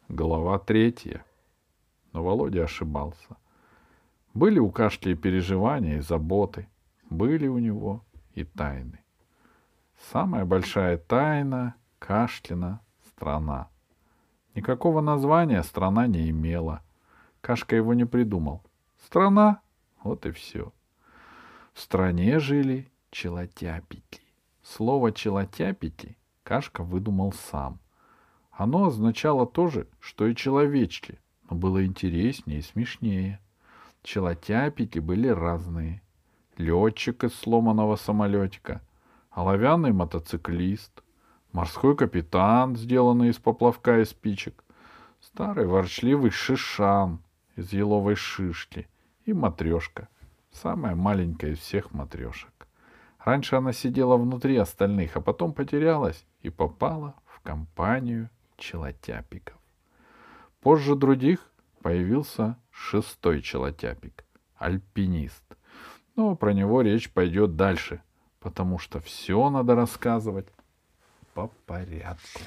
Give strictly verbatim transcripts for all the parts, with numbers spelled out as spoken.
Глава третья. Но Володя ошибался. Были у Кашки и переживания, и заботы. Были у него и тайны. Самая большая тайна — Кашкина страна. Никакого названия страна не имела. Кашка его не придумал. Страна — вот и все. В стране жили челотяпики. Слово «челотяпики» Кашка выдумал сам. Оно означало то же, что и человечки, но было интереснее и смешнее. Челотяпики были разные. Летчик из сломанного самолетика, оловянный мотоциклист, морской капитан, сделанный из поплавка и спичек, старый ворчливый шишан из еловой шишки и матрешка, самая маленькая из всех матрешек. Раньше она сидела внутри остальных, а потом потерялась и попала в компанию челотяпиков. Позже других появился шестой челотяпик — альпинист. Но про него речь пойдет дальше, потому что все надо рассказывать по порядку.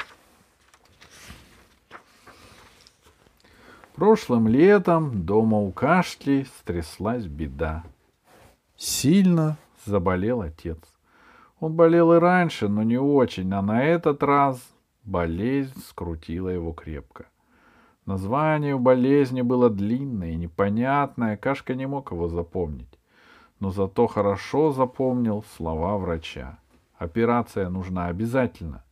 Прошлым летом дома у Кашки стряслась беда. Сильно заболел отец. Он болел и раньше, но не очень, а на этот раз болезнь скрутила его крепко. Название у болезни было длинное и непонятное, Кашка не мог его запомнить. Но зато хорошо запомнил слова врача. Операция нужна обязательно.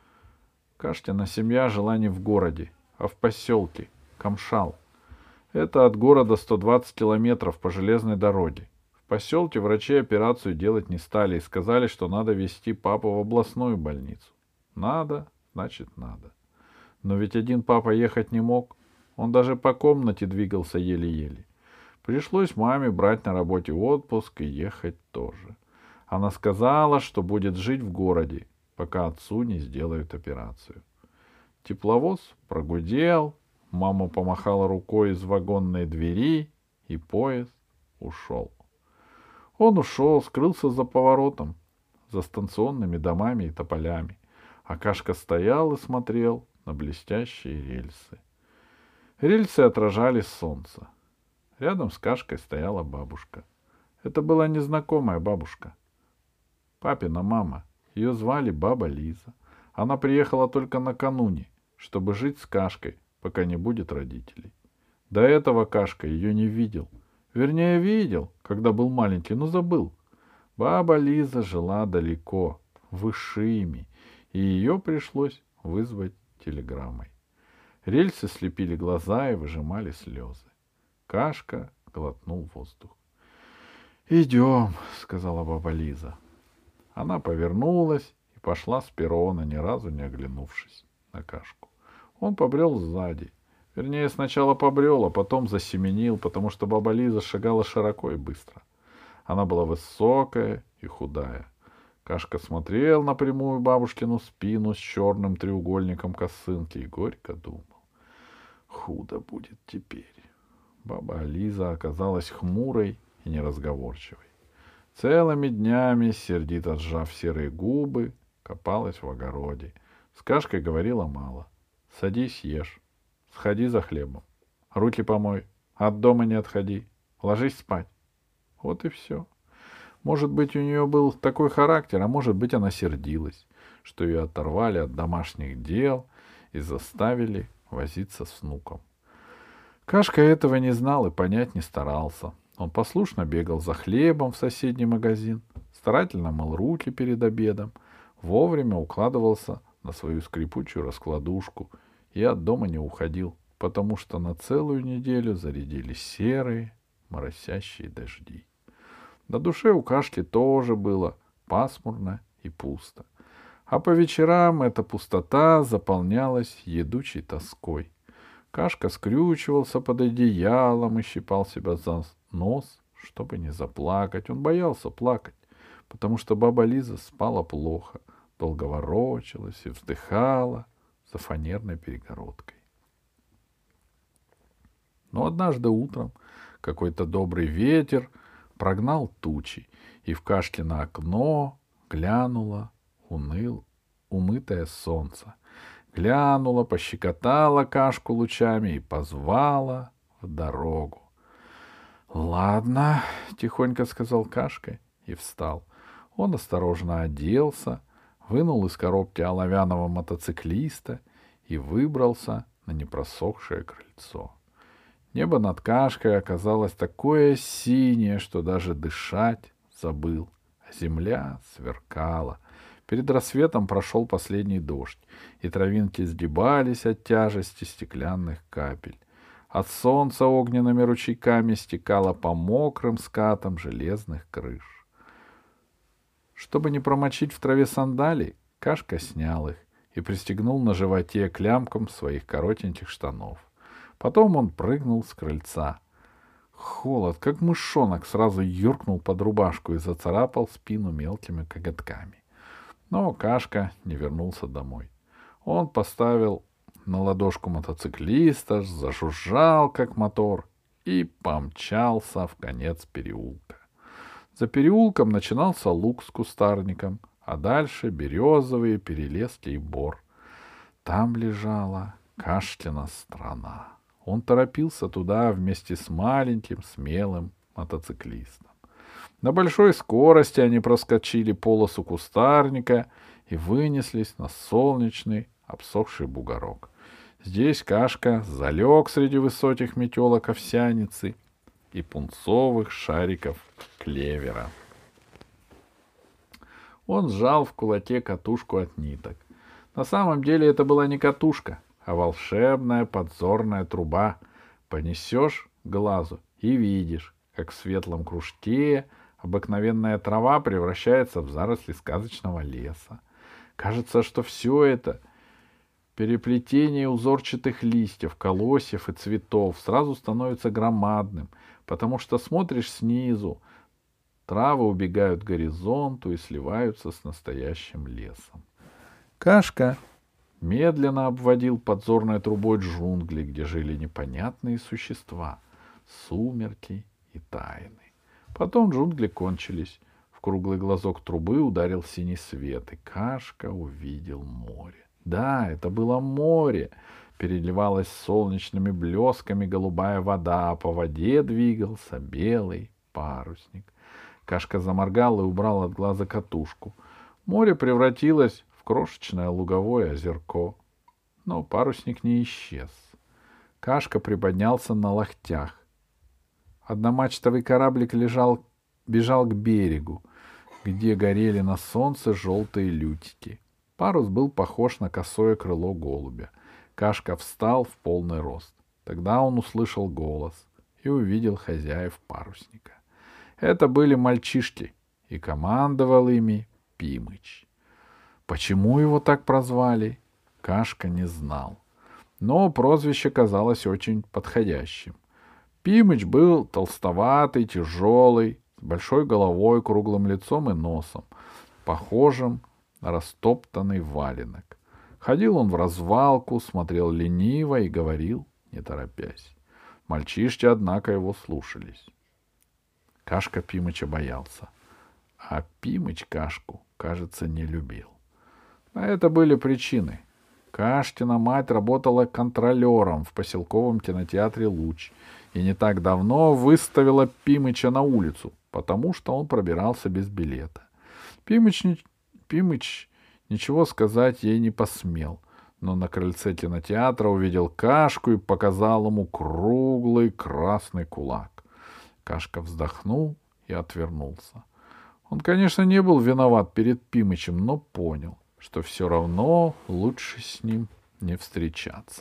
Кашкина семья жила не в городе, а в поселке Камшал. Это от города сто двадцать километров по железной дороге. В поселке врачи операцию делать не стали и сказали, что надо везти папу в областную больницу. Надо, значит надо. Но ведь один папа ехать не мог. Он даже по комнате двигался еле-еле. Пришлось маме брать на работе отпуск и ехать тоже. Она сказала, что будет жить в городе, пока отцу не сделают операцию. Тепловоз прогудел, мама помахала рукой из вагонной двери, и поезд ушел. Он ушел, скрылся за поворотом, за станционными домами и тополями. А Кашка стоял и смотрел на блестящие рельсы. Рельсы отражали солнце. Рядом с Кашкой стояла бабушка. Это была незнакомая бабушка. Папина мама. Ее звали баба Лиза. Она приехала только накануне, чтобы жить с Кашкой, пока не будет родителей. До этого Кашка ее не видел. Вернее, видел, когда был маленький, но забыл. Баба Лиза жила далеко, в Ишиме, и ее пришлось вызвать телеграммой. Рельсы слепили глаза и выжимали слезы. Кашка глотнул воздух. — Идем, — сказала баба Лиза. Она повернулась и пошла с перрона, ни разу не оглянувшись на Кашку. Он побрел сзади. Вернее, сначала побрел, а потом засеменил, потому что баба Лиза шагала широко и быстро. Она была высокая и худая. Кашка смотрел на прямую бабушкину спину с черным треугольником косынки и горько думал. Худо будет теперь. Баба Лиза оказалась хмурой и неразговорчивой. Целыми днями, сердито сжав серые губы, копалась в огороде. С Кашкой говорила мало. Садись, ешь. Сходи за хлебом. Руки помой. От дома не отходи. Ложись спать. Вот и все. Может быть, у нее был такой характер, а может быть, она сердилась, что ее оторвали от домашних дел и заставили возиться с внуком. Кашка этого не знал и понять не старался. Он послушно бегал за хлебом в соседний магазин, старательно мыл руки перед обедом, вовремя укладывался на свою скрипучую раскладушку и от дома не уходил, потому что на целую неделю зарядились серые моросящие дожди. На душе у Кашки тоже было пасмурно и пусто. А по вечерам эта пустота заполнялась едучей тоской. Кашка скрючивался под одеялом и щипал себя за нос, чтобы не заплакать. Он боялся плакать, потому что баба Лиза спала плохо, долго ворочалась и вздыхала за фанерной перегородкой. Но однажды утром какой-то добрый ветер прогнал тучи, и в Кашкино окно глянуло уныл, умытое солнце. глянула, пощекотала Кашку лучами и позвала в дорогу. — Ладно, — тихонько сказал Кашка и встал. Он осторожно оделся, вынул из коробки оловянного мотоциклиста и выбрался на непросохшее крыльцо. Небо над Кашкой оказалось такое синее, что даже дышать забыл, а земля сверкала. Перед рассветом прошел последний дождь, и травинки сгибались от тяжести стеклянных капель. От солнца огненными ручейками стекало по мокрым скатам железных крыш. Чтобы не промочить в траве сандалий, Кашка снял их и пристегнул на животе к лямкам своих коротеньких штанов. Потом он прыгнул с крыльца. Холод, как мышонок, сразу юркнул под рубашку и зацарапал спину мелкими коготками. Но Кашка не вернулся домой. Он поставил на ладошку мотоциклиста, зажужжал, как мотор, и помчался в конец переулка. За переулком начинался луг с кустарником, а дальше березовые перелески и бор. Там лежала Кашкина страна. Он торопился туда вместе с маленьким смелым мотоциклистом. На большой скорости они проскочили полосу кустарника и вынеслись на солнечный обсохший бугорок. Здесь Кашка залег среди высоких метелок овсяницы и пунцовых шариков клевера. Он сжал в кулаке катушку от ниток. На самом деле это была не катушка, а волшебная подзорная труба. Понесешь глазу и видишь, как в светлом кружке обыкновенная трава превращается в заросли сказочного леса. Кажется, что все это переплетение узорчатых листьев, колосьев и цветов сразу становится громадным, потому что смотришь снизу, травы убегают к горизонту и сливаются с настоящим лесом. Кашка медленно обводил подзорной трубой джунгли, где жили непонятные существа, сумерки и тайны. Потом джунгли кончились. В круглый глазок трубы ударил синий свет, и Кашка увидел море. Да, это было море. Переливалась солнечными блесками голубая вода, а по воде двигался белый парусник. Кашка заморгал и убрал от глаза катушку. Море превратилось в крошечное луговое озерко. Но парусник не исчез. Кашка приподнялся на локтях. Одномачтовый кораблик лежал, бежал к берегу, где горели на солнце желтые лютики. Парус был похож на косое крыло голубя. Кашка встал в полный рост. Тогда он услышал голос и увидел хозяев парусника. Это были мальчишки, и командовал ими Пимыч. Почему его так прозвали, Кашка не знал. Но прозвище казалось очень подходящим. Пимыч был толстоватый, тяжелый, с большой головой, круглым лицом и носом, похожим на растоптанный валенок. Ходил он в развалку, смотрел лениво и говорил, не торопясь. Мальчишки, однако, его слушались. Кашка Пимыча боялся, а Пимыч Кашку, кажется, не любил. На это были причины. Кашкина мать работала контролером в поселковом кинотеатре «Луч» и не так давно выставила Пимыча на улицу, потому что он пробирался без билета. Пимыч, Пимыч ничего сказать ей не посмел, но на крыльце кинотеатра увидел Кашку и показал ему круглый красный кулак. Кашка вздохнул и отвернулся. Он, конечно, не был виноват перед Пимычем, но понял, что все равно лучше с ним не встречаться.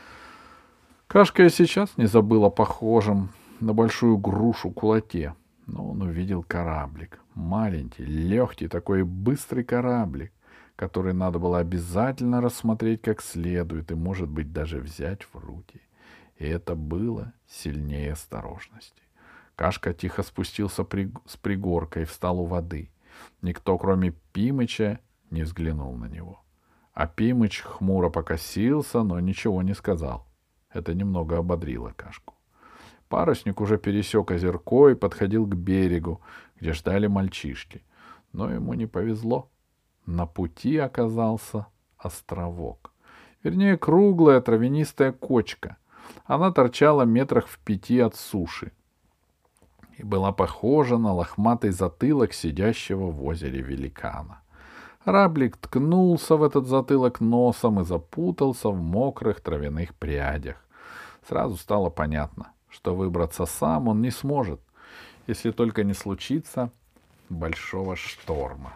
Кашка и сейчас не забыл о похожем на большую грушу кулаке, но он увидел кораблик. Маленький, легкий, такой быстрый кораблик, который надо было обязательно рассмотреть как следует и, может быть, даже взять в руки. И это было сильнее осторожности. Кашка тихо спустился при... с пригорка и встал у воды. Никто, кроме Пимыча, не взглянул на него. А Пимыч хмуро покосился, но ничего не сказал. Это немного ободрило Кашку. Парусник уже пересек озерко и подходил к берегу, где ждали мальчишки. Но ему не повезло. На пути оказался островок. Вернее, круглая травянистая кочка. Она торчала метрах в пяти от суши и была похожа на лохматый затылок сидящего в озере великана. Кораблик ткнулся в этот затылок носом и запутался в мокрых травяных прядях. Сразу стало понятно, что выбраться сам он не сможет, если только не случится большого шторма.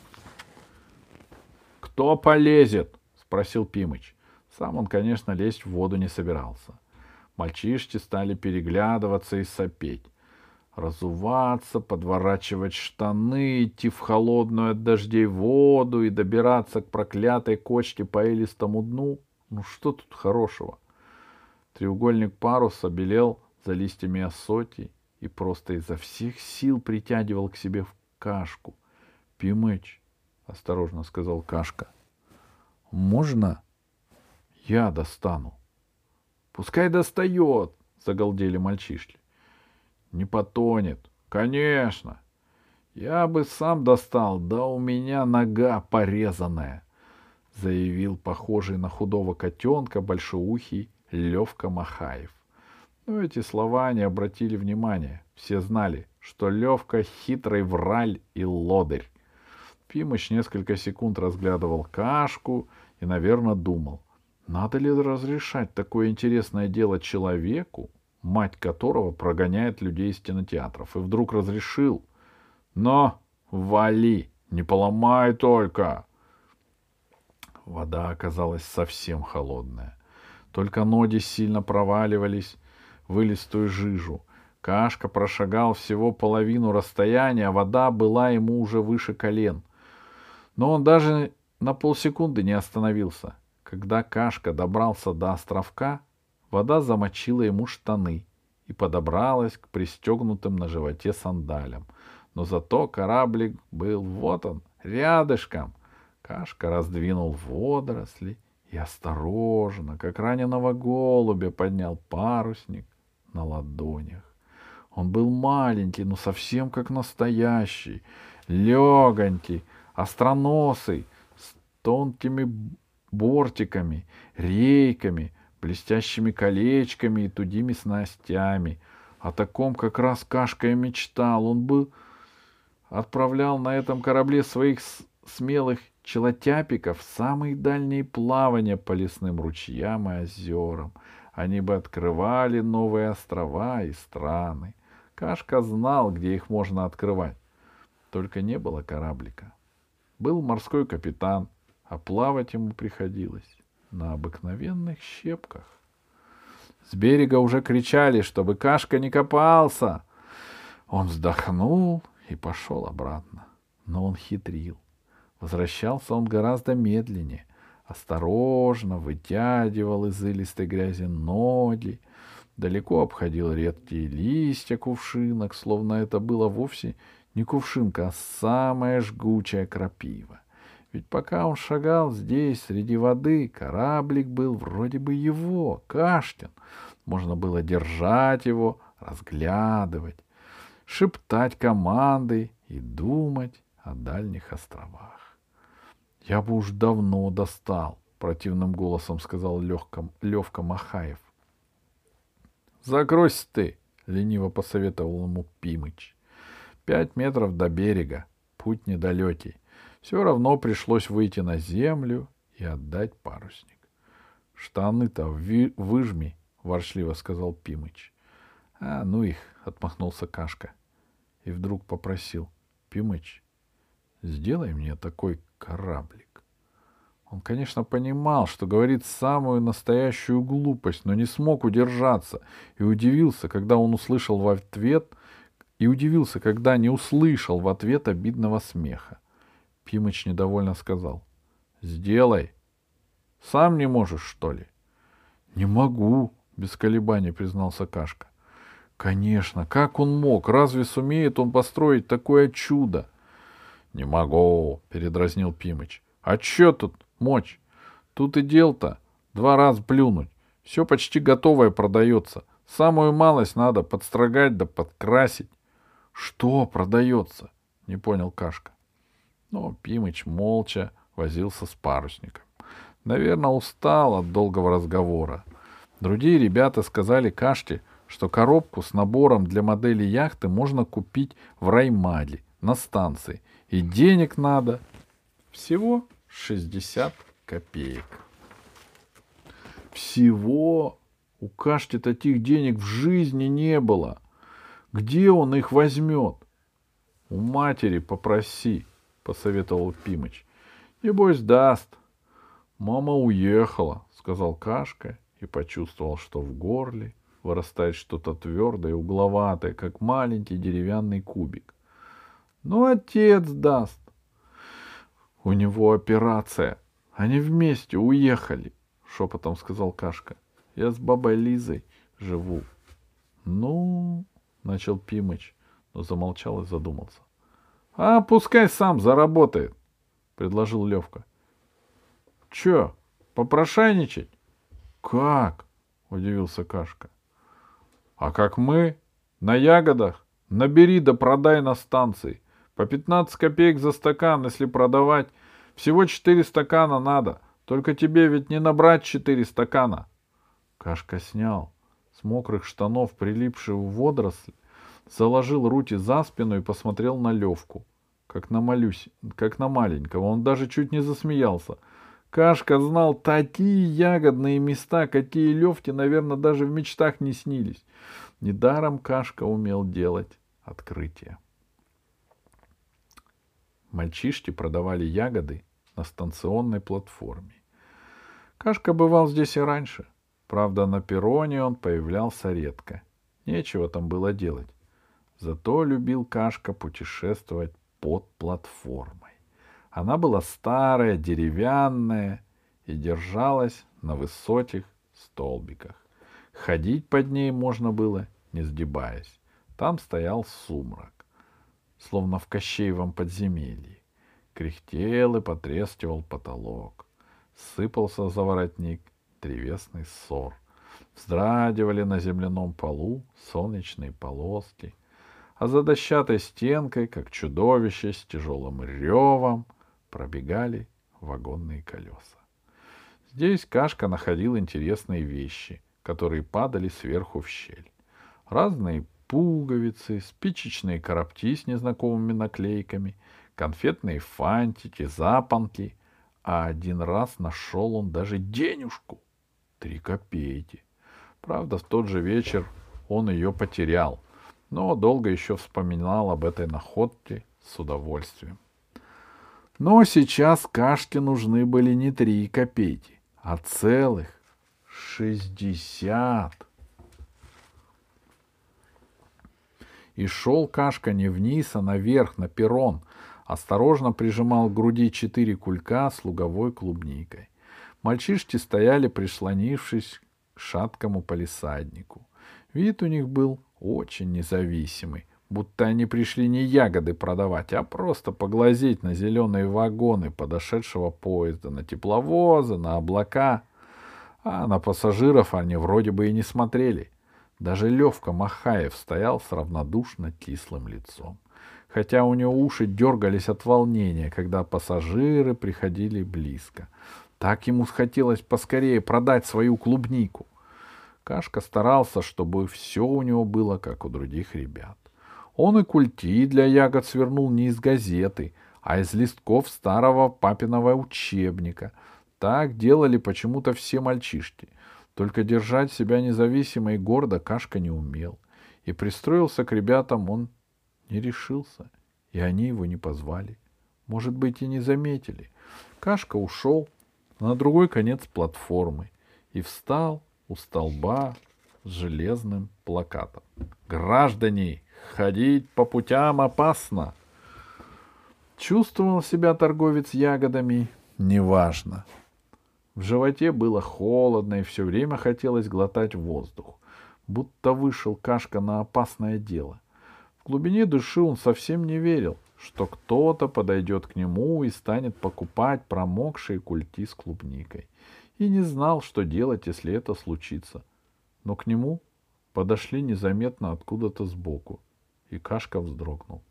«Кто полезет?» — спросил Пимыч. Сам он, конечно, лезть в воду не собирался. Мальчишки стали переглядываться и сопеть. Разуваться, подворачивать штаны, идти в холодную от дождей воду и добираться к проклятой кочке по илистому дну. Ну что тут хорошего? Треугольник паруса белел за листьями осоки и просто изо всех сил притягивал к себе в Кашку. — Пимыч, — осторожно сказал Кашка, — можно я достану? — Пускай достает, — загалдели мальчишки. — Не потонет. — Конечно. Я бы сам достал, да у меня нога порезанная, — заявил похожий на худого котенка большеухий Левка Махаев. Но эти слова не обратили внимания. Все знали, что Левка хитрый враль и лодырь. Пимыч несколько секунд разглядывал Кашку и, наверное, думал, надо ли разрешать такое интересное дело человеку, мать которого прогоняет людей из кинотеатров, и вдруг разрешил. Но вали, не поломай только. Вода оказалась совсем холодная. Только ноги сильно проваливались в илистую жижу. Кашка прошагал всего половину расстояния, а вода была ему уже выше колен. Но он даже на полсекунды не остановился. Когда Кашка добрался до островка, вода замочила ему штаны и подобралась к пристегнутым на животе сандалям. Но зато кораблик был вот он, рядышком. Кашка раздвинул водоросли и осторожно, как раненого голубя, поднял парусник на ладонях. Он был маленький, но совсем как настоящий, легонький, остроносый, с тонкими бортиками, рейками, блестящими колечками и тугими снастями. О таком как раз Кашка и мечтал. Он был отправлял на этом корабле своих смелых челотяпиков в самые дальние плавания по лесным ручьям и озерам. Они бы открывали новые острова и страны. Кашка знал, где их можно открывать. Только не было кораблика. Был морской капитан, а плавать ему приходилось на обыкновенных щепках. С берега уже кричали, чтобы Кашка не копался. Он вздохнул и пошел обратно. Но он хитрил. Возвращался он гораздо медленнее. Осторожно вытягивал из илистой грязи ноги, далеко обходил редкие листья кувшинок, словно это было вовсе не кувшинка, а самая жгучая крапива. Ведь пока он шагал здесь, среди воды, кораблик был вроде бы его, Кашкин. Можно было держать его, разглядывать, шептать команды и думать о дальних островах. — Я бы уж давно достал, — противным голосом сказал Левка Махаев. — Закройся ты, — лениво посоветовал ему Пимыч. Пять метров до берега, путь недалекий. Все равно пришлось выйти на землю и отдать парусник. — Штаны-то выжми, — ворчливо сказал Пимыч. — А, ну их, — отмахнулся Кашка. И вдруг попросил: — Пимыч, сделай мне такой кораблик. Он, конечно, понимал, что говорит самую настоящую глупость, но не смог удержаться и удивился, когда он услышал в ответ, и удивился, когда не услышал в ответ обидного смеха. Пимыч недовольно сказал: — Сделай. Сам не можешь, что ли? — Не могу, — без колебаний признался Кашка. — Конечно, как он мог? Разве сумеет он построить такое чудо? — Не могу, — передразнил Пимыч. — А че тут мочь? Тут и дел-то два раза плюнуть. Все почти готовое продается. Самую малость надо подстрогать да подкрасить. — Что продается? — не понял Кашка. Но Пимыч молча возился с парусником. Наверное, устал от долгого разговора. Другие ребята сказали Кашке, что коробку с набором для модели яхты можно купить в Раймале на станции. И денег надо всего шестьдесят копеек. Всего? У Кашки таких денег в жизни не было. Где он их возьмет? У матери попроси, посоветовал Пимыч. Небось даст. Мама уехала, сказал Кашка и почувствовал, что в горле вырастает что-то твердое и угловатое, как маленький деревянный кубик. Ну, отец даст. У него операция. Они вместе уехали, шепотом сказал Кашка. Я с бабой Лизой живу. Ну, начал Пимыч, но замолчал и задумался. А пускай сам заработает, предложил Левка. Че, попрошайничать? Как? Удивился Кашка. А как мы? На ягодах? Набери да продай на станции. По пятнадцать копеек за стакан, если продавать. Всего четыре стакана надо. Только тебе ведь не набрать четыре стакана. Кашка снял с мокрых штанов прилипшую водоросль, заложил руки за спину и посмотрел на Левку, как на малюсь, как на маленького. Он даже чуть не засмеялся. Кашка знал такие ягодные места, какие Левке, наверное, даже в мечтах не снились. Недаром Кашка умел делать открытия. Мальчишки продавали ягоды на станционной платформе. Кашка бывал здесь и раньше. Правда, на перроне он появлялся редко. Нечего там было делать. Зато любил Кашка путешествовать под платформой. Она была старая, деревянная и держалась на высоких столбиках. Ходить под ней можно было, не сгибаясь. Там стоял сумрак, словно в Кощеевом подземелье. Кряхтел и потрескивал потолок. Сыпался за воротник древесный ссор. Вздрагивали на земляном полу солнечные полоски, а за дощатой стенкой, как чудовище с тяжелым ревом, пробегали вагонные колеса. Здесь Кашка находил интересные вещи, которые падали сверху в щель. Разные пуговицы, спичечные коробки с незнакомыми наклейками, конфетные фантики, запонки. А один раз нашел он даже денежку. Три копейки. Правда, в тот же вечер он ее потерял, но долго еще вспоминал об этой находке с удовольствием. Но сейчас Кашке нужны были не три копейки, а целых шестьдесят. И шел Кашка не вниз, а наверх, на перрон, осторожно прижимал к груди четыре кулька с луговой клубникой. Мальчишки стояли, прислонившись к шаткому палисаднику. Вид у них был очень независимый, будто они пришли не ягоды продавать, а просто поглазеть на зеленые вагоны подошедшего поезда, на тепловозы, на облака. А на пассажиров они вроде бы и не смотрели. Даже Левка Махаев стоял с равнодушно кислым лицом, хотя у него уши дергались от волнения, когда пассажиры приходили близко. Так ему хотелось поскорее продать свою клубнику. Кашка старался, чтобы все у него было, как у других ребят. Он и кульки для ягод свернул не из газеты, а из листков старого папиного учебника. Так делали почему-то все мальчишки. Только держать себя независимо и гордо Кашка не умел. И пристроился к ребятам он не решился, и они его не позвали. Может быть, и не заметили. Кашка ушел на другой конец платформы и встал у столба с железным плакатом. «Граждане, ходить по путям опасно!» Чувствовал себя торговец ягодами? Неважно. В животе было холодно, и все время хотелось глотать воздух. Будто вышел Кашка на опасное дело. В глубине души он совсем не верил, что кто-то подойдет к нему и станет покупать промокшие кульки с клубникой. И не знал, что делать, если это случится. Но к нему подошли незаметно откуда-то сбоку, и Кашка вздрогнул.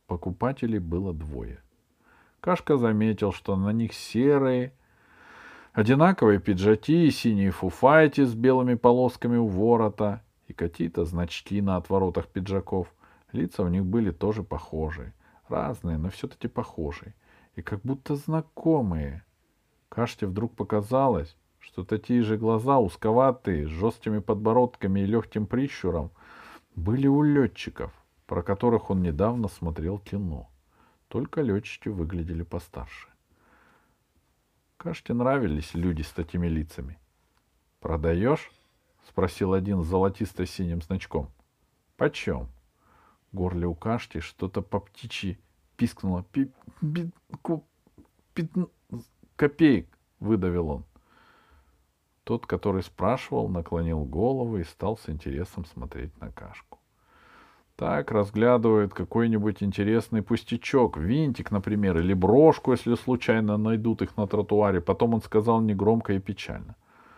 Покупателей было двое. Кашка заметил, что на них серые Одинаковые пиджаки и синие фуфайки с белыми полосками у ворота и какие-то значки на отворотах пиджаков. Лица у них были тоже похожие. Разные, но все-таки похожие. И как будто знакомые. Каште вдруг показалось, что такие же глаза, узковатые, с жесткими подбородками и легким прищуром, были у летчиков, про которых он недавно смотрел кино. Только летчики выглядели постарше. Каште нравились люди с такими лицами. «Продаешь?» — спросил один с золотисто-синим значком. «Почем?» В горле у Кашти что-то по птичьи пискнуло. «Пи... пи... ку... пи... копеек!» — выдавил он. Тот, который спрашивал, наклонил голову и стал с интересом смотреть на Кашку. Так разглядывают какой-нибудь интересный пустячок, винтик, например, или брошку, если случайно найдут их на тротуаре. Потом он сказал негромко и печально: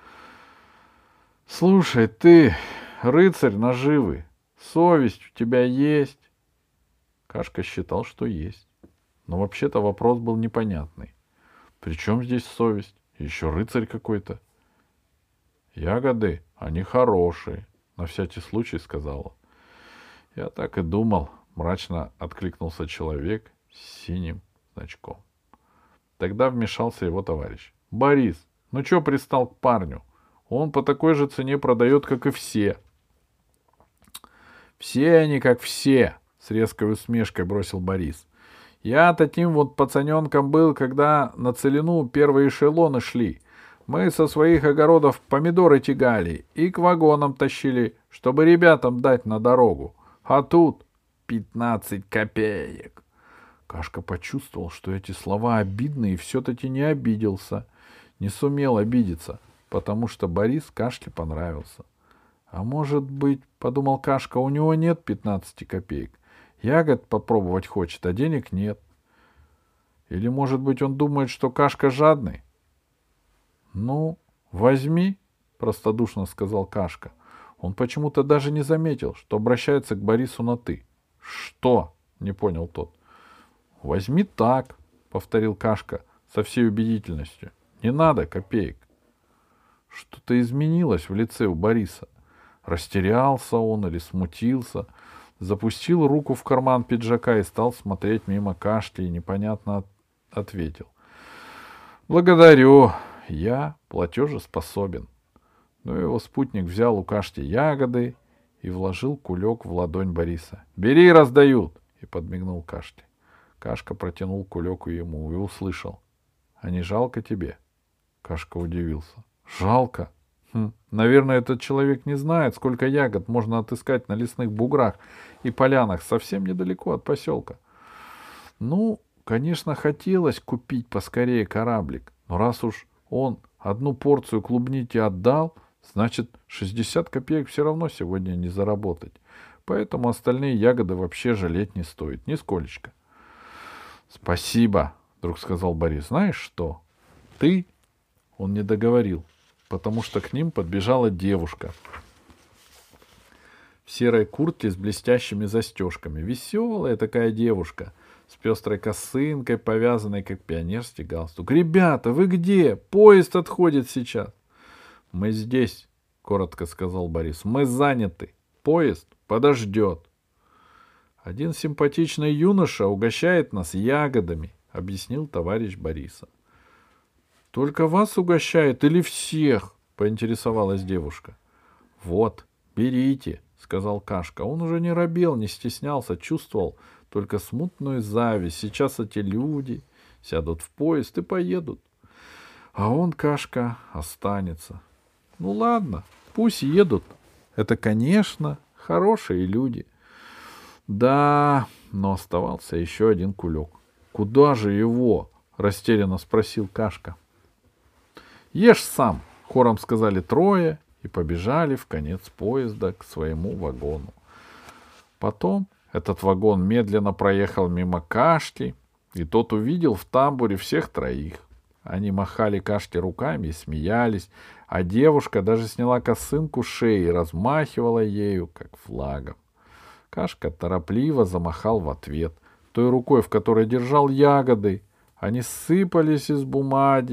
«Слушай, ты, рыцарь наживы, совесть у тебя есть?» Кашка считал, что есть. Но вообще-то вопрос был непонятный. «При чем здесь совесть? Еще рыцарь какой-то». «Ягоды, они хорошие», — на всякий случай сказала. «Я так и думал», — мрачно откликнулся человек с синим значком. Тогда вмешался его товарищ. «Борис, ну чё пристал к парню? Он по такой же цене продает, как и все». «Все они как все», — с резкой усмешкой бросил Борис. «Я таким вот пацаненком был, когда на целину первые эшелоны шли. Мы со своих огородов помидоры тягали и к вагонам тащили, чтобы ребятам дать на дорогу. А тут пятнадцать копеек». Кашка почувствовал, что эти слова обидны, и все-таки не обиделся. Не сумел обидеться, потому что Борис Кашке понравился. «А может быть, — подумал Кашка, — у него нет пятнадцати копеек. Ягод попробовать хочет, а денег нет. Или, может быть, он думает, что Кашка жадный?» «Ну, возьми, — простодушно сказал Кашка. Он почему-то даже не заметил, что обращается к Борису на «ты». «Что?» — не понял тот. «Возьми так, — повторил Кашка со всей убедительностью. — Не надо копеек». Что-то изменилось в лице у Бориса. Растерялся он или смутился, запустил руку в карман пиджака и стал смотреть мимо Кашки и непонятно ответил: «Благодарю, я платежеспособен». Но его спутник взял у Кашки ягоды и вложил кулек в ладонь Бориса. «Бери, раздают!» — и подмигнул Кашке. Кашка протянул кулек ему и услышал: «А не жалко тебе?» Кашка удивился. «Жалко? Хм, наверное, этот человек не знает, сколько ягод можно отыскать на лесных буграх и полянах совсем недалеко от поселка». Ну, конечно, хотелось купить поскорее кораблик, но раз уж он одну порцию клубники отдал, значит, шестьдесят копеек все равно сегодня не заработать. Поэтому остальные ягоды вообще жалеть не стоит, нисколечко. «Спасибо», — вдруг сказал Борис. «Знаешь что? Ты...» Он не договорил, потому что к ним подбежала девушка в серой куртке с блестящими застежками. Веселая такая девушка, с пестрой косынкой, повязанной, как пионерский галстук. «Ребята, вы где? Поезд отходит сейчас». «Мы здесь», — коротко сказал Борис. «Мы заняты. Поезд подождет». «Один симпатичный юноша угощает нас ягодами», — объяснил товарищ Бориса. «Только вас угощает или всех?» — поинтересовалась девушка. «Вот, берите», — сказал Кашка. Он уже не робел, не стеснялся, чувствовал только смутную зависть. Сейчас эти люди сядут в поезд и поедут. А он, Кашка, останется. Ну ладно, пусть едут. Это, конечно, хорошие люди. Да, но оставался еще один кулек. «Куда же его?» — растерянно спросил Кашка. «Ешь сам», — хором сказали трое и побежали в конец поезда к своему вагону. Потом этот вагон медленно проехал мимо Кашки, и тот увидел в тамбуре всех троих. Они махали Кашке руками и смеялись, а девушка даже сняла косынку с шеи и размахивала ею, как флагом. Кашка торопливо замахал в ответ той рукой, в которой держал ягоды. Они сыпались из бумаги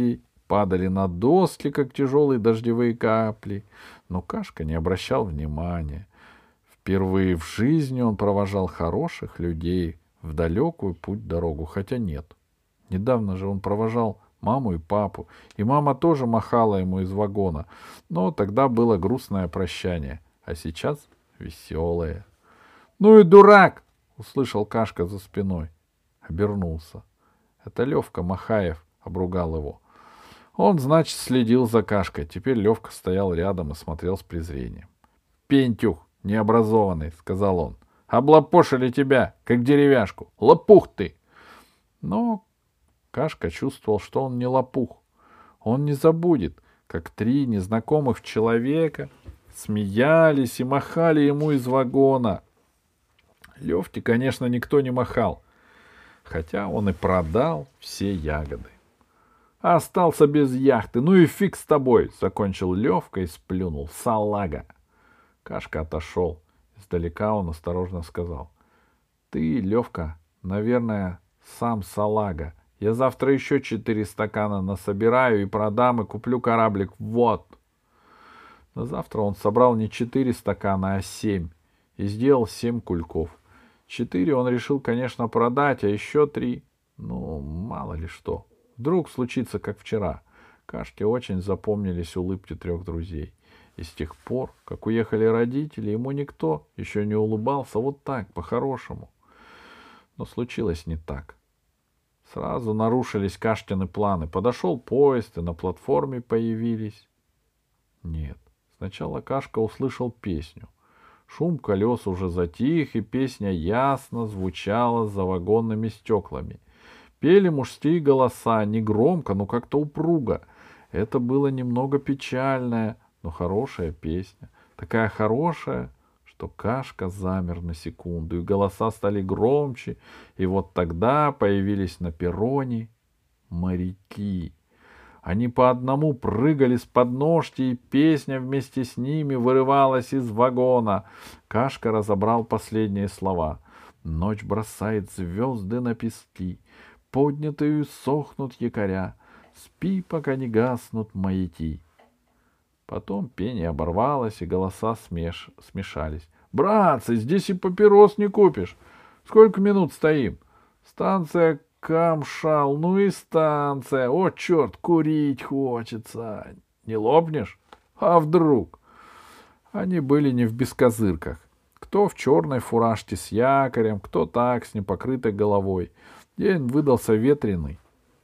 падали на доски, как тяжелые дождевые капли, но Кашка не обращал внимания. Впервые в жизни он провожал хороших людей в далекую путь-дорогу, хотя нет. Недавно же он провожал маму и папу, и мама тоже махала ему из вагона, но тогда было грустное прощание, а сейчас веселое. — Ну и дурак! — услышал Кашка за спиной. Обернулся. Это Левка Махаев обругал его. Он, значит, следил за Кашкой. Теперь Левка стоял рядом и смотрел с презрением. — Пентюх необразованный, — сказал он, — облапошили тебя, как деревяшку. Лопух ты! Но Кашка чувствовал, что он не лопух. Он не забудет, как три незнакомых человека смеялись и махали ему из вагона. Левке, конечно, никто не махал, хотя он и продал все ягоды. А остался без яхты. Ну и фиг с тобой, — закончил Левка и сплюнул. Салага! Кашка отошел. Издалека он осторожно сказал. — Ты, Левка, наверное, сам салага. Я завтра еще четыре стакана насобираю и продам, и куплю кораблик. Вот. На завтра он собрал не четыре стакана, а семь. И сделал семь кульков. Четыре он решил, конечно, продать, а еще три... Ну, мало ли что. Вдруг случится, как вчера. Кашке очень запомнились улыбки трех друзей. И с тех пор, как уехали родители, ему никто еще не улыбался вот так, по-хорошему. Но случилось не так. Сразу нарушились Кашкины планы. Подошел поезд, и на платформе появились... Нет, сначала Кашка услышал песню. Шум колес уже затих, и песня ясно звучала за вагонными стеклами. Пели мужские голоса, не громко, но как-то упруго. Это было немного печальная, но хорошая песня. Такая хорошая, что Кашка замер на секунду, и голоса стали громче, и вот тогда появились на перроне моряки. Они по одному прыгали с подножки, и песня вместе с ними вырывалась из вагона. Кашка разобрал последние слова. Ночь бросает звезды на пески, поднятые сохнут якоря, спи, пока не гаснут маяки. Потом пение оборвалось, и голоса смеш... смешались. — Братцы, здесь и папирос не купишь. Сколько минут стоим? Станция Камшал, ну и станция. О, черт, курить хочется. Не лопнешь? А вдруг? Они были не в бескозырках. Кто в черной фуражке с якорем, кто так, с непокрытой головой. День выдался ветреный,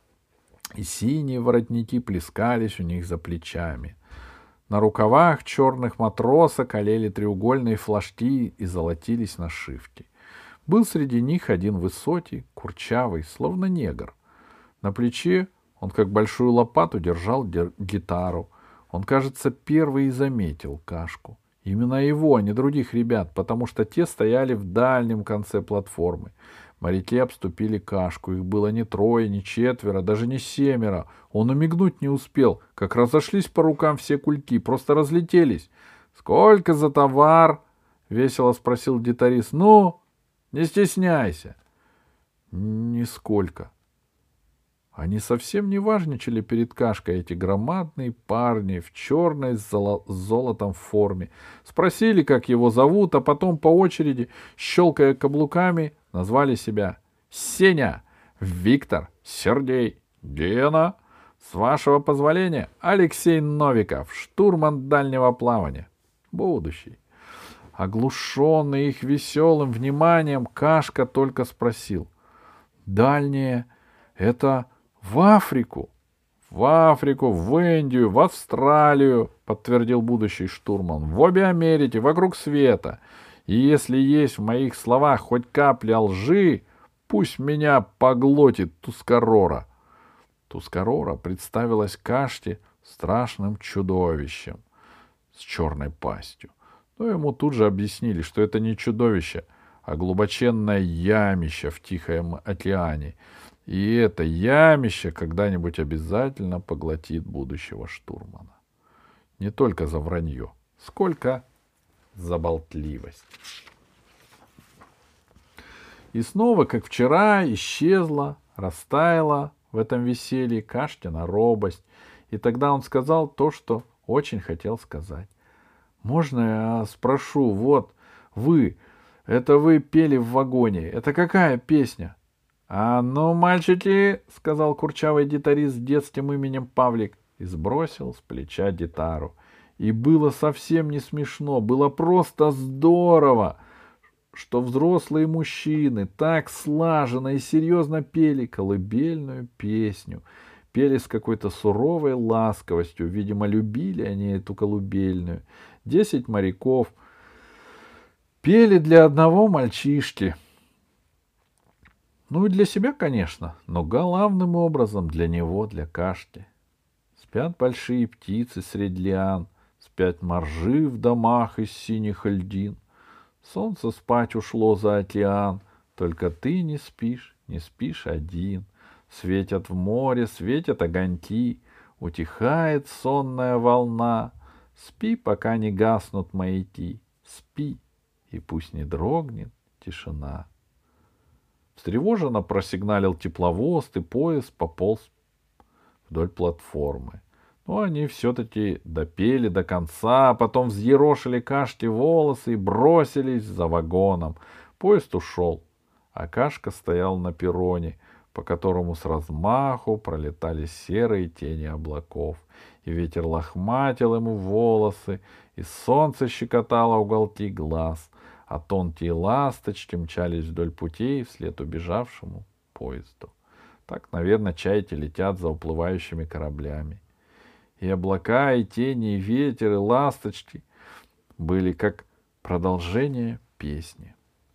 и синие воротники плескались у них за плечами. На рукавах черных матросок олели треугольные флажки и золотились нашивки. Был среди них один высокий, курчавый, словно негр. На плече он, как большую лопату, держал гитару. Он, кажется, первый и заметил Кашку. Именно его, а не других ребят, потому что те стояли в дальнем конце платформы. Моряки обступили Кашку. Их было не трое, не четверо, даже не семеро. Он и мигнуть не успел, как разошлись по рукам все кульки, просто разлетелись. — Сколько за товар? — весело спросил гитарист. — Ну, не стесняйся. — Нисколько. Они совсем не важничали перед Кашкой, эти громадные парни в черной с, золо- с золотом форме. Спросили, как его зовут, а потом по очереди, щелкая каблуками, назвали себя Сеня, Виктор, Сергей, Гена. С вашего позволения, Алексей Новиков, штурман дальнего плавания. Будущий. Оглушенный их веселым вниманием, Кашка только спросил. — Дальнее — это в Африку? — В Африку, в Индию, в Австралию, — подтвердил будущий штурман. — В обе Америки, вокруг света. И если есть в моих словах хоть капля лжи, пусть меня поглотит Тускарора. Тускарора представилась Кашке страшным чудовищем с черной пастью. Но ему тут же объяснили, что это не чудовище, а глубоченное ямище в Тихом океане. И это ямище когда-нибудь обязательно поглотит будущего штурмана. Не только за вранье, сколько за болтливость. И снова, как вчера, исчезла, растаяла в этом веселье Кашкина робость, И тогда он сказал то, что очень хотел сказать. «Можно я спрошу, вот вы, это вы пели в вагоне, это какая песня?» «А ну, мальчики», — сказал курчавый гитарист с детским именем Павлик и сбросил с плеча гитару. И было совсем не смешно, было просто здорово, что взрослые мужчины так слаженно и серьезно пели колыбельную песню. Пели с какой-то суровой ласковостью, видимо, любили они эту колыбельную. Десять моряков пели для одного мальчишки. Ну и для себя, конечно, но главным образом для него, для Кашки. Спят большие птицы среди лиан, спят моржи в домах из синих льдин. Солнце спать ушло за океан, только ты не спишь, не спишь один. Светят в море, светят огоньки, утихает сонная волна. Спи, пока не гаснут маяки, спи, и пусть не дрогнет тишина. Встревоженно просигналил тепловоз, и поезд пополз вдоль платформы. Но они все-таки допели до конца, а потом взъерошили Кашке волосы и бросились за вагоном. Поезд ушел, а Кашка стоял на перроне, по которому с размаху пролетали серые тени облаков, и ветер лохматил ему волосы, и солнце щекотало уголки глаз, а тонкие ласточки мчались вдоль путей вслед убежавшему поезду. Так, наверное, чайки летят за уплывающими кораблями. И облака, и тени, и ветер, и ласточки были как продолжение песни.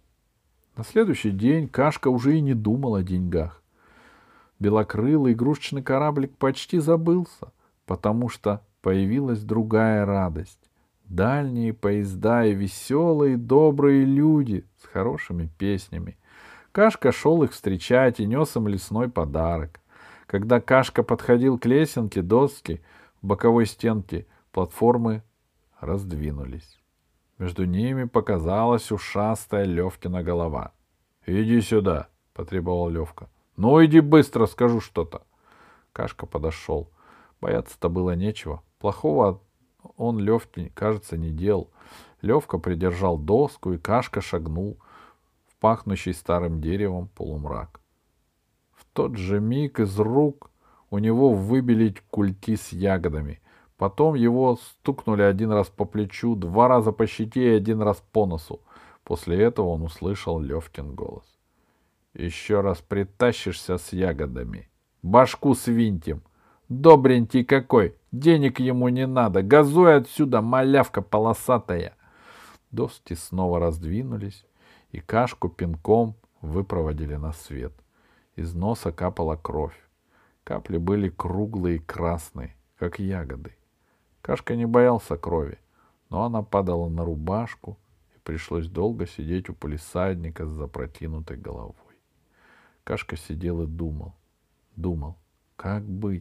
На следующий день Кашка уже и не думал о деньгах. Белокрылый игрушечный кораблик почти забылся, потому что появилась другая радость. Дальние поезда и веселые, добрые люди с хорошими песнями. Кашка шел их встречать и нес им лесной подарок. Когда Кашка подходил к лесенке, доски в боковой стенке платформы раздвинулись. Между ними показалась ушастая Левкина голова. — Иди сюда, — потребовал Левка. — Ну, иди быстро, скажу что-то. Кашка подошел. Бояться-то было нечего. Плохого он Левке, кажется, не делал. Левка придержал доску, и Кашка шагнул в пахнущий старым деревом полумрак. В тот же миг из рук у него выбили кульки с ягодами. Потом его стукнули один раз по плечу, два раза по щеке и один раз по носу. После этого он услышал Левкин голос. — Еще раз притащишься с ягодами, башку свинтим. Добренький какой, денег ему не надо, газуй отсюда, малявка полосатая. Доски снова раздвинулись, и Кашку пинком выпроводили на свет. Из носа капала кровь. Капли были круглые и красные, как ягоды. Кашка не боялся крови, но она падала на рубашку, и пришлось долго сидеть у палисадника с запрокинутой головой. Кашка сидел и думал, думал, как быть.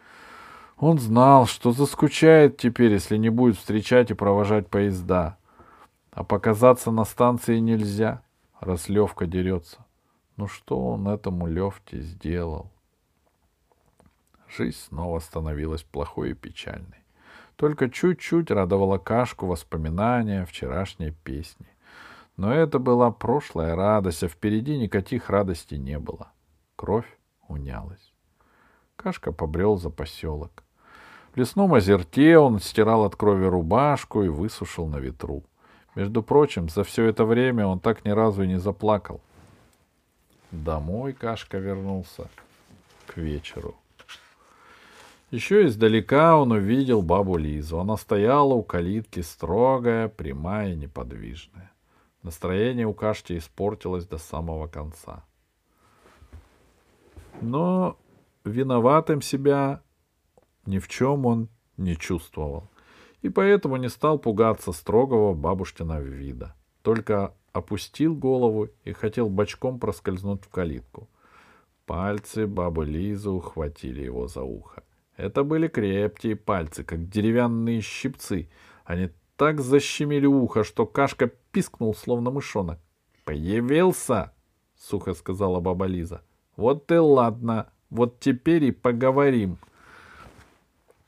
Он знал, что заскучает теперь, если не будет встречать и провожать поезда. А показаться на станции нельзя, раз Левка дерется. Ну что он этому Левке сделал? Жизнь снова становилась плохой и печальной. Только чуть-чуть радовала Кашку воспоминания вчерашней песни. Но это была прошлая радость, а впереди никаких радостей не было. Кровь унялась. Кашка побрел за поселок. В лесном озерке он стирал от крови рубашку и высушил на ветру. Между прочим, за все это время он так ни разу и не заплакал. Домой Кашка вернулся к вечеру. Еще издалека он увидел бабу Лизу. Она стояла у калитки, строгая, прямая и неподвижная. Настроение у Кашки испортилось до самого конца. Но виноватым себя ни в чем он не чувствовал. И поэтому не стал пугаться строгого бабушкиного вида. Только опустил голову и хотел бочком проскользнуть в калитку. Пальцы бабы Лизы ухватили его за ухо. Это были крепкие пальцы, как деревянные щипцы. Они так защемили ухо, что Кашка пискнул, словно мышонок. — Появился! — сухо сказала баба Лиза. — Вот и ладно, вот теперь и поговорим.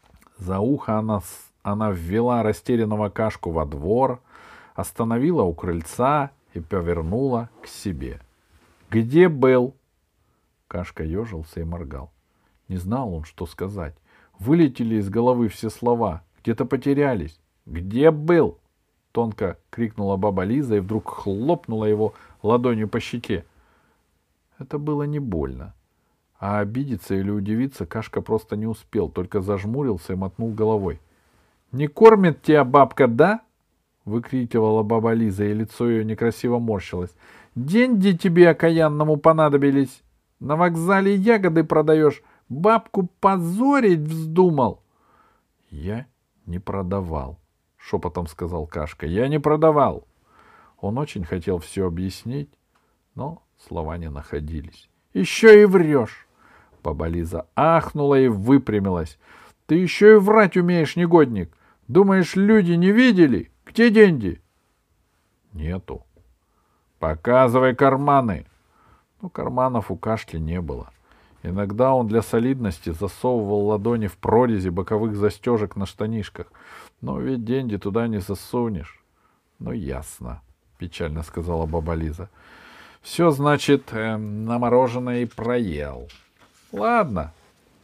За ухо она, она ввела растерянного Кашку во двор, остановила у крыльца и повернула к себе. — Где был? Кашка ежился и моргал. Не знал он, что сказать. Вылетели из головы все слова, где-то потерялись. — Где был? — тонко крикнула баба Лиза и вдруг хлопнула его ладонью по щеке. Это было не больно. А обидеться или удивиться Кашка просто не успел, только зажмурился и мотнул головой. — Не кормит тебя бабка, да? — выкрикивала баба Лиза, и лицо ее некрасиво морщилось. — Деньги тебе окаянному понадобились. На вокзале ягоды продаешь. Бабку позорить вздумал. — Я не продавал, — шепотом сказал Кашка. — Я не продавал. Он очень хотел все объяснить, но слова не находились. — Еще и врешь! Баба Лиза ахнула и выпрямилась. — Ты еще и врать умеешь, негодник! Думаешь, люди не видели? Где деньги? — Нету. — Показывай карманы. Но карманов у Кашки не было. Иногда он для солидности засовывал ладони в прорези боковых застежек на штанишках. Но ведь деньги туда не засунешь. — Ну, ясно, — печально сказала баба Лиза. — Все, значит, э, на мороженое и проел. — Ладно.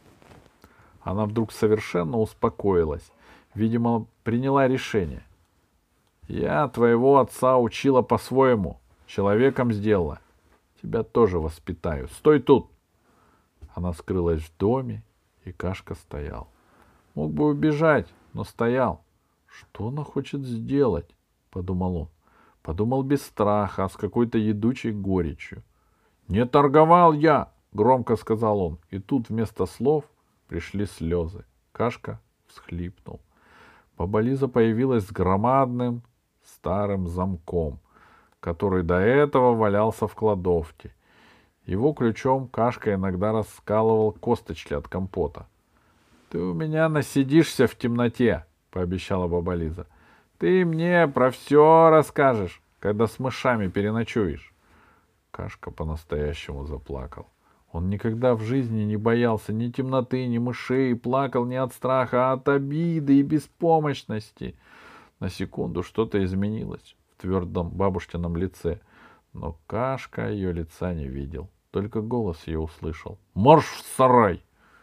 Она вдруг совершенно успокоилась. Видимо, приняла решение. — Я твоего отца учила по-своему. Человеком сделала. Тебя тоже воспитаю. Стой тут! Она скрылась в доме, и Кашка стоял. Мог бы убежать, но стоял. Что она хочет сделать? — подумал он. Подумал без страха, а с какой-то едучей горечью. — Не торговал я! — громко сказал он. И тут вместо слов пришли слезы. Кашка всхлипнул. Баба Лиза появилась с громадным старым замком, который до этого валялся в кладовке. Его ключом Кашка иногда раскалывал косточки от компота. — Ты у меня насидишься в темноте, — пообещала баба Лиза. — Ты мне про все расскажешь, когда с мышами переночуешь. Кашка по-настоящему заплакал. Он никогда в жизни не боялся ни темноты, ни мышей, плакал не от страха, а от обиды и беспомощности. На секунду что-то изменилось в твердом бабушкином лице, но Кашка ее лица не видел, только голос ее услышал. — Марш в сарай!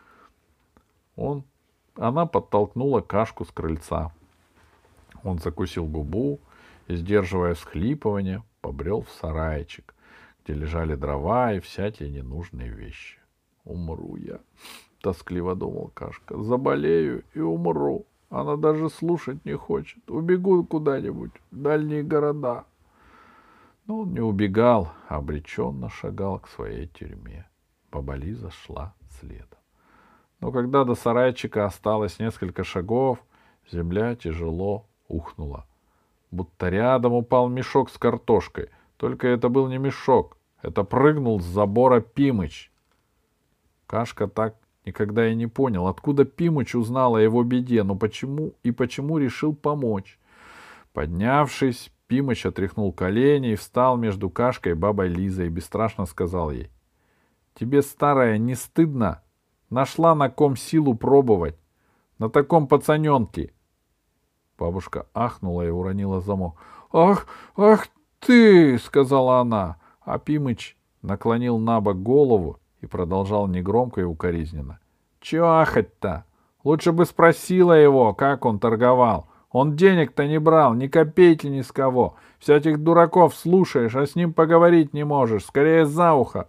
Он, она подтолкнула Кашку с крыльца. Он закусил губу и, сдерживая всхлипывание, побрел в сарайчик, где лежали дрова и всякие ненужные вещи. — Умру я, — тоскливо думал Кашка. — Заболею и умру. Она даже слушать не хочет. Убегу куда-нибудь в дальние города. Но он не убегал, а обреченно шагал к своей тюрьме. Баба Лиза шла следом. Но когда до сарайчика осталось несколько шагов, земля тяжело ухнула. Будто рядом упал мешок с картошкой. Только это был не мешок. Это прыгнул с забора Пимыч. Кашка так никогда и не понял, откуда Пимыч узнал о его беде, но почему и почему решил помочь. Поднявшись, Пимыч отряхнул колени и встал между Кашкой и бабой Лизой и бесстрашно сказал ей: — Тебе, старая, не стыдно? Нашла на ком силу пробовать. На таком пацаненке. Бабушка ахнула и уронила замок. — Ах, ах ты! — сказала она. А Пимыч наклонил набок голову и продолжал негромко и укоризненно. — Чего ахать-то? Лучше бы спросила его, как он торговал. Он денег-то не брал, ни копейки ни с кого. Всяких дураков слушаешь, а с ним поговорить не можешь. Скорее за ухо.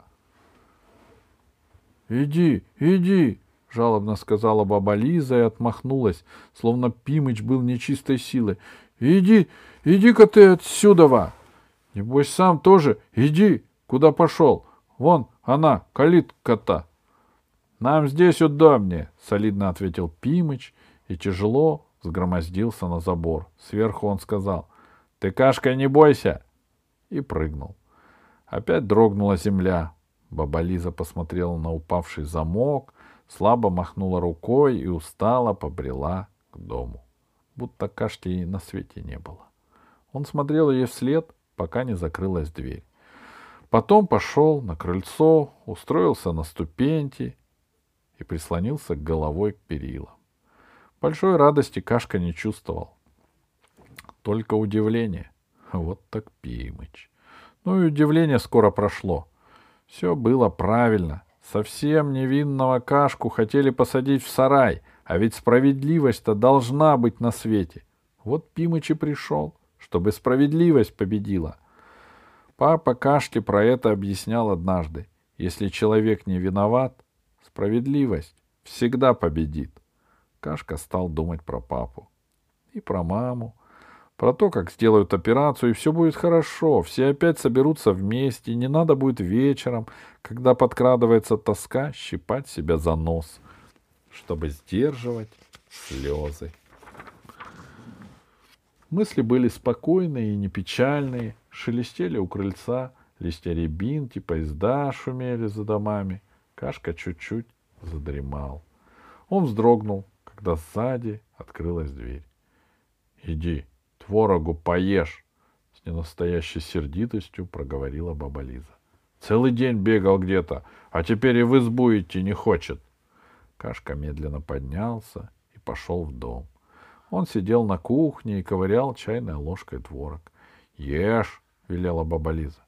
— Иди, иди, — жалобно сказала баба Лиза и отмахнулась, словно Пимыч был нечистой силой. — Иди, иди-ка ты отсюда! Небось, сам тоже иди, куда пошел. Вон она, калитка-то. — Нам здесь удобнее, — солидно ответил Пимыч и тяжело сгромоздился на забор. Сверху он сказал: — Ты, Кашка, не бойся! И прыгнул. Опять дрогнула земля. Баба Лиза посмотрела на упавший замок, слабо махнула рукой и устало побрела к дому. Будто Кашки и на свете не было. Он смотрел ей вслед, пока не закрылась дверь. Потом пошел на крыльцо, устроился на ступеньке и прислонился головой к перилам. Большой радости Кашка не чувствовал, только удивление. Вот так Пимыч. Ну и удивление скоро прошло. Все было правильно. Совсем невинного Кашку хотели посадить в сарай, а ведь справедливость-то должна быть на свете. Вот Пимыч и пришел, чтобы справедливость победила. Папа Кашке про это объяснял однажды. Если человек не виноват, справедливость всегда победит. Кашка стал думать про папу и про маму, про то, как сделают операцию, и все будет хорошо. Все опять соберутся вместе, и не надо будет вечером, когда подкрадывается тоска, щипать себя за нос, чтобы сдерживать слезы. Мысли были спокойные и непечальные, шелестели у крыльца, листья рябинки, поезда шумели за домами. Кашка чуть-чуть задремал. Он вздрогнул, когда сзади открылась дверь. — Иди, творогу поешь, — с ненастоящей сердитостью проговорила баба Лиза. — Целый день бегал где-то, а теперь и в избу идти не хочет. Кашка медленно поднялся и пошел в дом. Он сидел на кухне и ковырял чайной ложкой творог. — Ешь, — велела баба Лиза.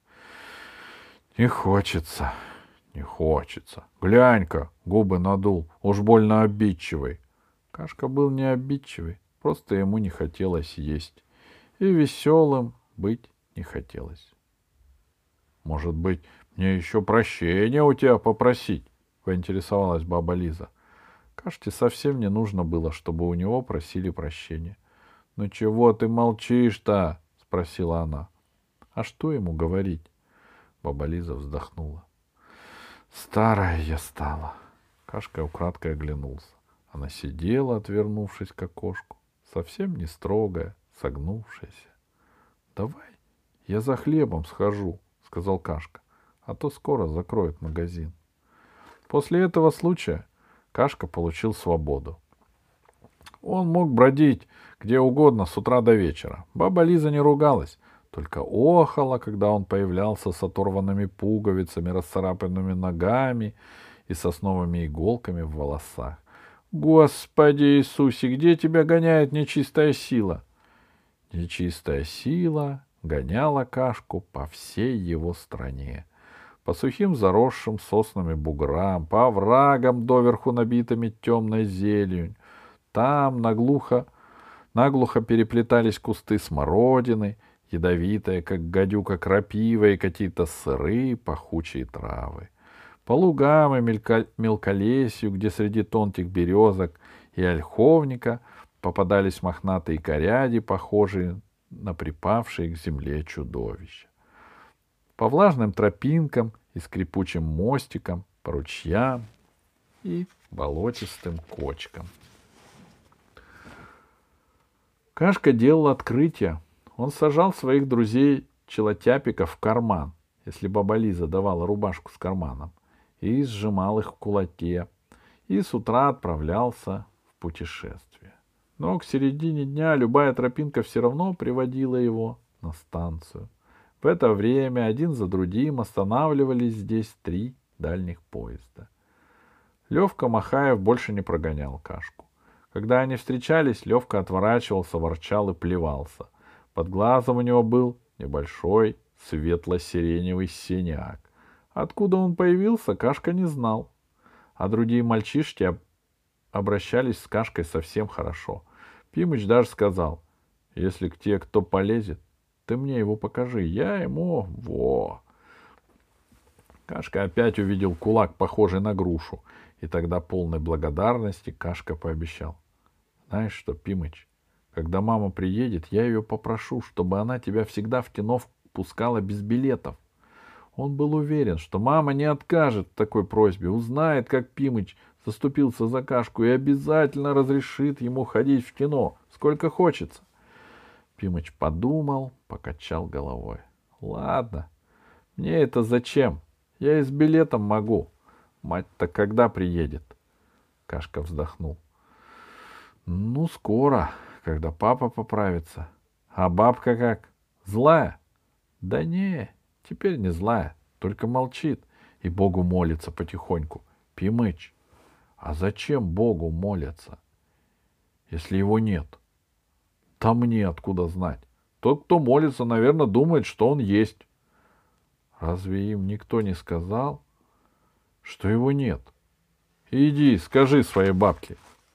— Не хочется, не хочется. Глянь-ка, губы надул, уж больно обидчивый. Кашка был не обидчивый, просто ему не хотелось есть. И веселым быть не хотелось. — Может быть, мне еще прощения у тебя попросить? — поинтересовалась баба Лиза. Кашке совсем не нужно было, чтобы у него просили прощения. — Ну чего ты молчишь-то? — спросила она. — А что ему говорить? Баба Лиза вздохнула. — Старая я стала. Кашка украдкой оглянулся. Она сидела, отвернувшись к окошку, совсем не строгая, согнувшаяся. — Давай я за хлебом схожу, — сказал Кашка, — а то скоро закроют магазин. После этого случая Кашка получил свободу. Он мог бродить где угодно с утра до вечера. Баба Лиза не ругалась, только охала, когда он появлялся с оторванными пуговицами, расцарапанными ногами и сосновыми иголками в волосах. «Господи Иисусе, где тебя гоняет нечистая сила?» Нечистая сила гоняла Кашку по всей его стране. По сухим заросшим соснами буграм, по оврагам, доверху набитыми темной зеленью. Там наглухо, наглухо переплетались кусты смородины, ядовитые, как гадюка, крапива и какие-то сырые пахучие травы. По лугам и мелько- мелколесью, где среди тонких березок и ольховника попадались мохнатые коряди, похожие на припавшие к земле чудовища. По влажным тропинкам и скрипучим мостикам, по ручьям и болотистым кочкам. Кашка делал открытия. Он сажал своих друзей-челотяпиков в карман, если баба Лиза давала рубашку с карманом, и сжимал их в кулаке, и с утра отправлялся в путешествие. Но к середине дня любая тропинка все равно приводила его на станцию. В это время один за другим останавливались здесь три дальних поезда. Левка Махаев больше не прогонял Кашку. Когда они встречались, Левка отворачивался, ворчал и плевался. Под глазом у него был небольшой светло-сиреневый синяк. Откуда он появился, Кашка не знал. А другие мальчишки обращались с Кашкой совсем хорошо. Пимыч даже сказал: «Если к тебе кто полезет, ты мне его покажи, я ему во». Кашка опять увидел кулак, похожий на грушу, и тогда полной благодарности Кашка пообещал: «Знаешь что, Пимыч, когда мама приедет, я ее попрошу, чтобы она тебя всегда в кино пускала без билетов». Он был уверен, что мама не откажет в такой просьбе, узнает, как Пимыч заступился за Кашку и обязательно разрешит ему ходить в кино, сколько хочется. Пимыч подумал, покачал головой. «Ладно, мне это зачем? Я и с билетом могу. Мать-то когда приедет?» Кашка вздохнул. «Ну, скоро, когда папа поправится. А бабка как? Злая?» «Да не, теперь не злая, только молчит и Богу молится потихоньку. Пимыч, а зачем Богу молятся?» если его нет? Там мне откуда знать? Тот, кто молится, наверное, думает, что он есть. Разве им никто не сказал, что его нет? Иди, скажи своей бабке.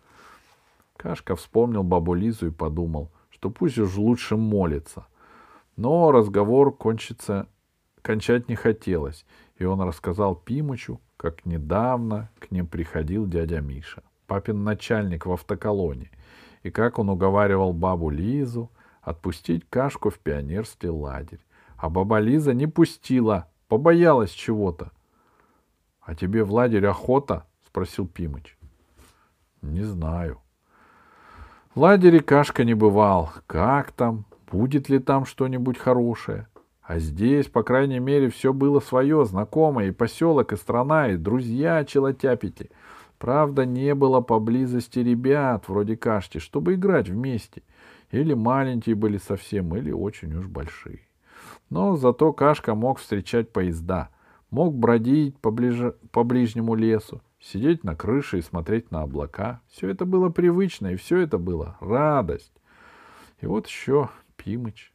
Кашка вспомнил бабу Лизу и подумал, что пусть уж лучше молится. Но разговор кончится, кончать не хотелось, и он рассказал Пимычу, как недавно к ним приходил дядя Миша, папин начальник в автоколонии, и как он уговаривал бабу Лизу отпустить Кашку в пионерский лагерь. А баба Лиза не пустила, побоялась чего-то. — А тебе в лагерь охота? — спросил Пимыч. — Не знаю. В лагере Кашка не бывал. Как там? Будет ли там что-нибудь хорошее? А здесь, по крайней мере, все было свое, знакомое, и поселок, и страна, и друзья челотяпики. Правда, не было поблизости ребят, вроде Кашки, чтобы играть вместе. Или маленькие были совсем, или очень уж большие. Но зато Кашка мог встречать поезда, мог бродить по, ближ... по ближнему лесу, сидеть на крыше и смотреть на облака. Все это было привычно, и все это было радость. И вот еще Пимыч.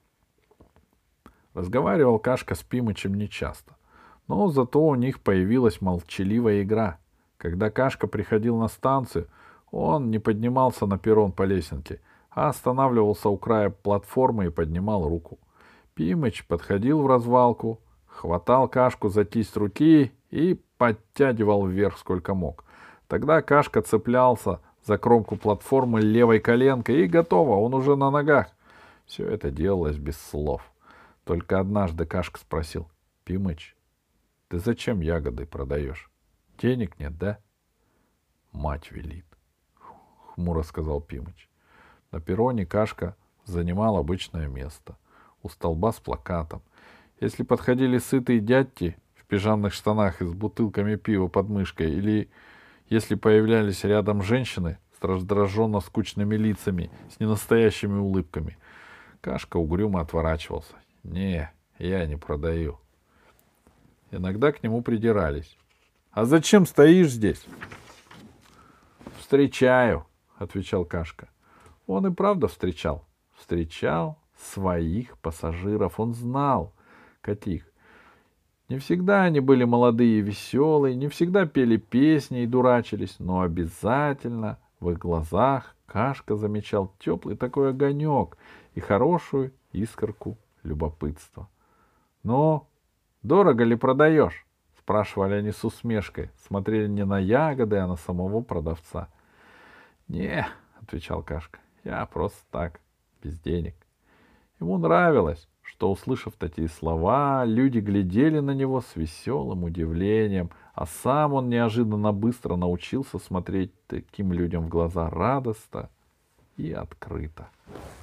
Разговаривал Кашка с Пимычем нечасто, но зато у них появилась молчаливая игра. Когда Кашка приходил на станцию, он не поднимался на перрон по лесенке, а останавливался у края платформы и поднимал руку. Пимыч подходил в развалку, хватал Кашку за кисть руки и подтягивал вверх сколько мог. Тогда Кашка цеплялся за кромку платформы левой коленкой, и готово, он уже на ногах. Все это делалось без слов. Только однажды Кашка спросил: — Пимыч, ты зачем ягоды продаешь? Денег нет, да? — Мать велит, — хмуро сказал Пимыч. На перроне Кашка занимал обычное место, у столба с плакатом. Если подходили сытые дядьки в пижамных штанах и с бутылками пива под мышкой, или если появлялись рядом женщины с раздраженно скучными лицами, с ненастоящими улыбками, Кашка угрюмо отворачивался. — Не, я не продаю. Иногда к нему придирались. — А зачем стоишь здесь? — Встречаю, — отвечал Кашка. Он и правда встречал. Встречал своих пассажиров. Он знал, каких. Не всегда они были молодые и веселые, не всегда пели песни и дурачились, но обязательно в их глазах Кашка замечал теплый такой огонек и хорошую искорку любопытства. — Ну, дорого ли продаешь? — спрашивали они с усмешкой, смотрели не на ягоды, а на самого продавца. — Не, — отвечал Кашка, — я просто так, без денег. Ему нравилось, что, услышав такие слова, люди глядели на него с веселым удивлением, а сам он неожиданно быстро научился смотреть таким людям в глаза радостно и открыто.